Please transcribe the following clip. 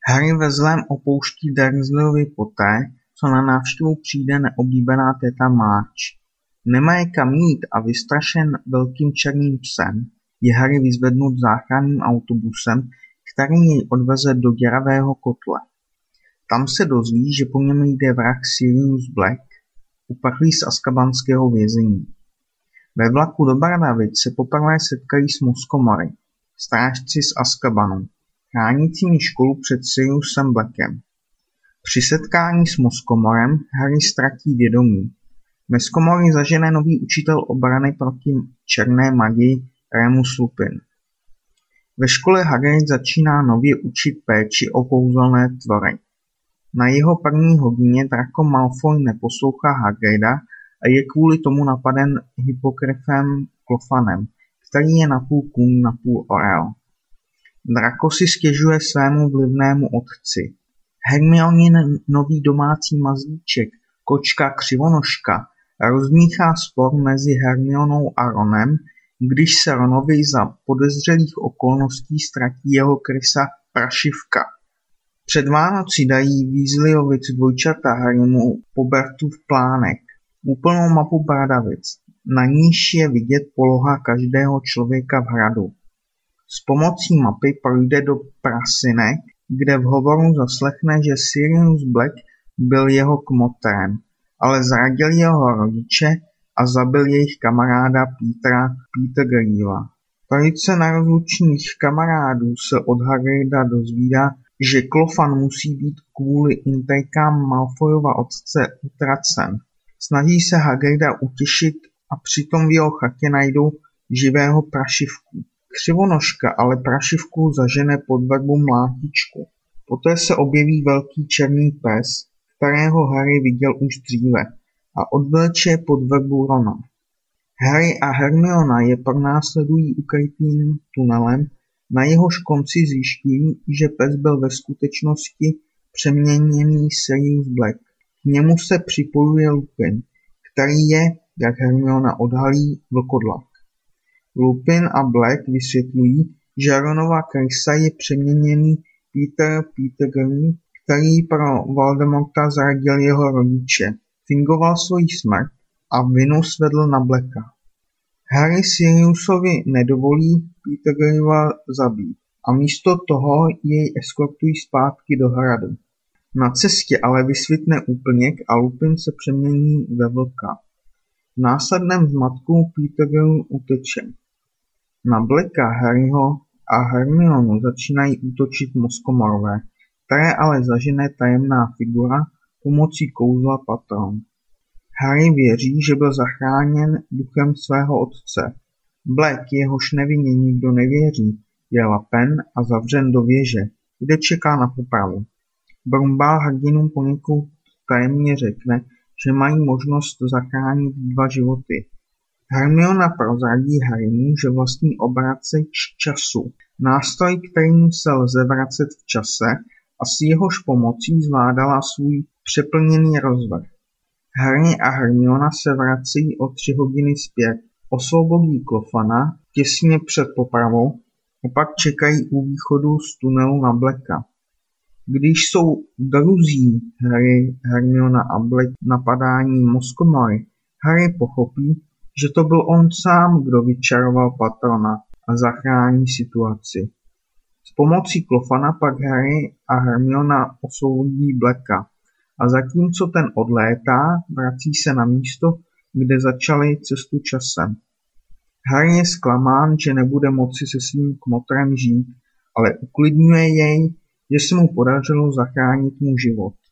Harry ve zlém opouští Dursleyovi poté, co na návštěvu přijde neoblíbená teta March. Nemá je kam jít a vystrašen velkým černým psem je Harry vyzvednut záchranným autobusem, který jej odveze do děravého kotle. Tam se dozví, že po něm jde vrah Sirius Black, uprchlý z azkabanského vězení. Ve vlaku do Bradavic se poprvé setkají s Moskomory, strážci z Azkabanu, chránícími školu před Siriusem Blackem. Při setkání s Moskomorem Harry ztratí vědomí. Moskomory zažene nový učitel obrany proti černé magii Remus Lupin. Ve škole Hagrid začíná nově učit péči o kouzelné tvory. Na jeho první hodině Draco Malfoy neposlouchá Hagrida a je kvůli tomu napaden Hippogryfem Klofanem, který je napůl kůň, napůl orel. Draco si stěžuje svému vlivnému otci. Hermionin nový domácí mazlíček, kočka Křivonožka, rozdmíchá spor mezi Hermionou a Ronem, když se Ronovi za podezřelých okolností ztratí jeho krysa Prašivka. Před Vánoci dají Weasleyovi dvojčata Harrymu Pobertův plánek, úplnou mapu Bradavic, na níž je vidět poloha každého člověka v hradu. S pomocí mapy projde do Prasinek, kde v hovoru zaslechne, že Sirius Black byl jeho kmotrem, ale zradil jeho rodiče a zabil jejich kamaráda Petera Pettigrewa. Trojice nerozlučných kamarádů se od Hagrida dozvídá, že Klofan musí být kvůli intrikám Malfoyova otce utracen. Snaží se Hagrida utěšit a přitom v jeho chatě najdou živého Prašivku. Křivonožka ale Prašivku zažene pod vrbu Mlátičku. Poté se objeví velký černý pes, kterého Harry viděl už dříve, a odvleče pod vrbu Rona. Harry a Hermiona je pronásledují ukrytým tunelem, na jehož konci zjišťují, že pes byl ve skutečnosti přeměněný Sirius Black. K němu se připojuje Lupin, který je, jak Hermiona odhalí, vlkodlak. Lupin a Black vysvětlují, že Ronova krysa je přeměněný Peter Pettigrew, který pro Voldemorta zradil jeho rodiče, fingoval svoji smrt a vinu svedl na Blacka. Harry Siriusovi nedovolí Pettigrewa zabít a místo toho jej eskortují zpátky do hradu. Na cestě ale vysvitne úplněk a Lupin se přemění ve vlka. V následném zmatku Pettigrew uteče. Na Blacka, Harryho a Hermionu začínají útočit Moskomorové, které ale zažene tajemná figura pomocí kouzla Patron. Harry věří, že byl zachráněn duchem svého otce. Black, jehož nevinně nikdo nevěří, je lapen a zavřen do věže, kde čeká na popravu. Brumbál hrdinům poněkud tajemně řekne, že mají možnost zachránit 2 životy. Hermiona prozradí Harrymu, že vlastní obraceč času, nástroj, kterým se lze vracet v čase a s jehož pomocí zvládala svůj přeplněný rozvrh. Harry a Hermiona se vrací o 3 hodiny zpět, osvobodí Klofana těsně před popravou a pak čekají u východu z tunelu na Blacka. Když jsou druzí Harry, Hermiona a Black napadání Moskomory, Harry pochopí, že to byl on sám, kdo vyčaroval Patrona a zachrání situaci. S pomocí Klofana pak Harry a Hermiona osvobodí Blacka a zatímco ten odlétá, vrací se na místo, kde začali cestu časem. Harry je zklamán, že nebude moci se svým kmotrem žít, ale uklidňuje jej, že se mu podařilo zachránit mu život.